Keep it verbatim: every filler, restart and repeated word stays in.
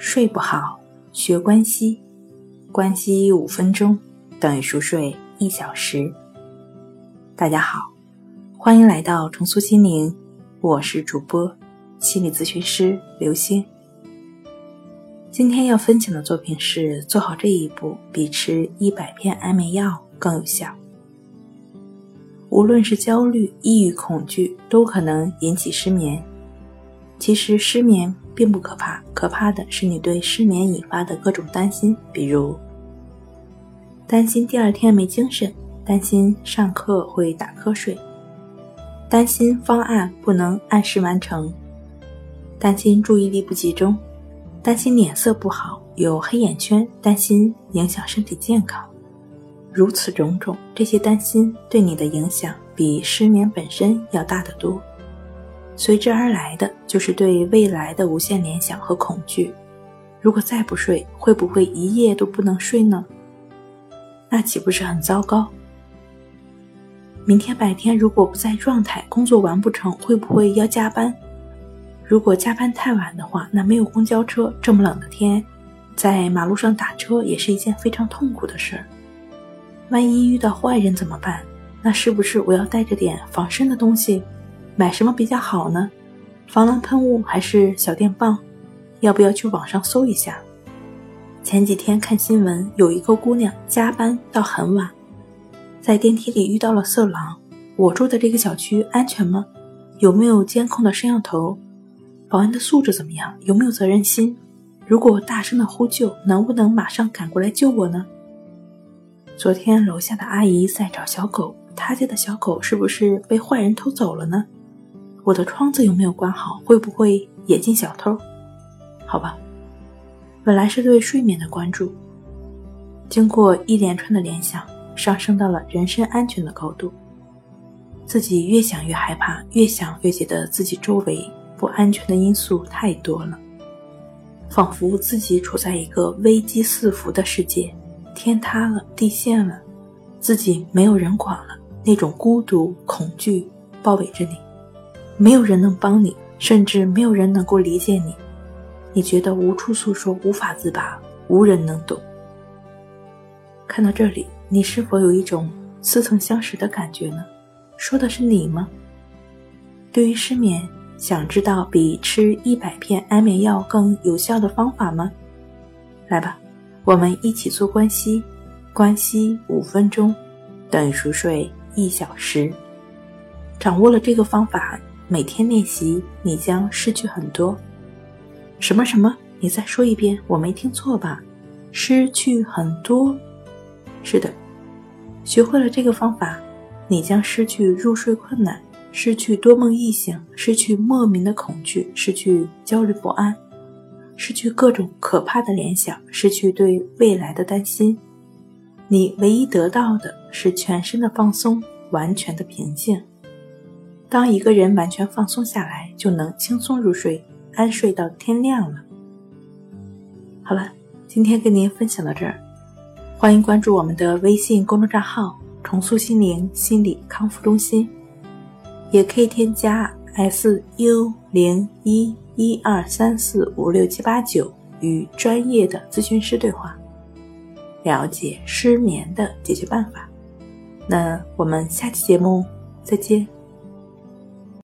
睡不好，学关息，关息五分钟等于熟睡一小时。大家好，欢迎来到重塑心灵，我是主播心理咨询师刘星。今天要分享的作品是做好这一步比吃一百片安眠药更有效。无论是焦虑、抑郁、恐惧都可能引起失眠。其实失眠并不可怕，可怕的是你对失眠引发的各种担心，比如担心第二天没精神，担心上课会打瞌睡，担心方案不能按时完成，担心注意力不集中，担心脸色不好，有黑眼圈，担心影响身体健康。如此种种，这些担心对你的影响比失眠本身要大得多。随之而来的就是对未来的无限联想和恐惧。如果再不睡，会不会一夜都不能睡呢？那岂不是很糟糕？明天白天如果不在状态，工作完不成，会不会要加班？如果加班太晚的话，那没有公交车，这么冷的天，在马路上打车也是一件非常痛苦的事儿。万一遇到坏人怎么办？那是不是我要带着点防身的东西？买什么比较好呢？防狼喷雾还是小电棒？要不要去网上搜一下？前几天看新闻，有一个姑娘加班到很晚，在电梯里遇到了色狼。我住的这个小区安全吗？有没有监控的摄像头？保安的素质怎么样？有没有责任心？如果我大声的呼救，能不能马上赶过来救我呢？昨天楼下的阿姨在找小狗，她家的小狗是不是被坏人偷走了呢？我的窗子有没有关好？会不会也进小偷？好吧，本来是对睡眠的关注，经过一连串的联想，上升到了人身安全的高度。自己越想越害怕，越想越觉得自己周围不安全的因素太多了，仿佛自己处在一个危机四伏的世界，天塌了，地陷了，自己没有人管了，那种孤独、恐惧包围着你，没有人能帮你，甚至没有人能够理解你，你觉得无处诉说，无法自拔，无人能懂。看到这里，你是否有一种似曾相识的感觉呢？说的是你吗？对于失眠，想知道比吃一百片安眠药更有效的方法吗？来吧，我们一起做关息，关息五分钟等于熟睡一小时。掌握了这个方法，每天练习，你将失去很多。什么什么？你再说一遍，我没听错吧？失去很多？是的，学会了这个方法，你将失去入睡困难，失去多梦易醒，失去莫名的恐惧，失去焦虑不安，失去各种可怕的联想，失去对未来的担心。你唯一得到的是全身的放松，完全的平静。当一个人完全放松下来，就能轻松入睡，安睡到天亮了。好了，今天跟您分享到这儿，欢迎关注我们的微信公众账号重塑心灵心理康复中心，也可以添加 S U 零一一二三四五六七八九与专业的咨询师对话，了解失眠的解决办法。那我们下期节目再见。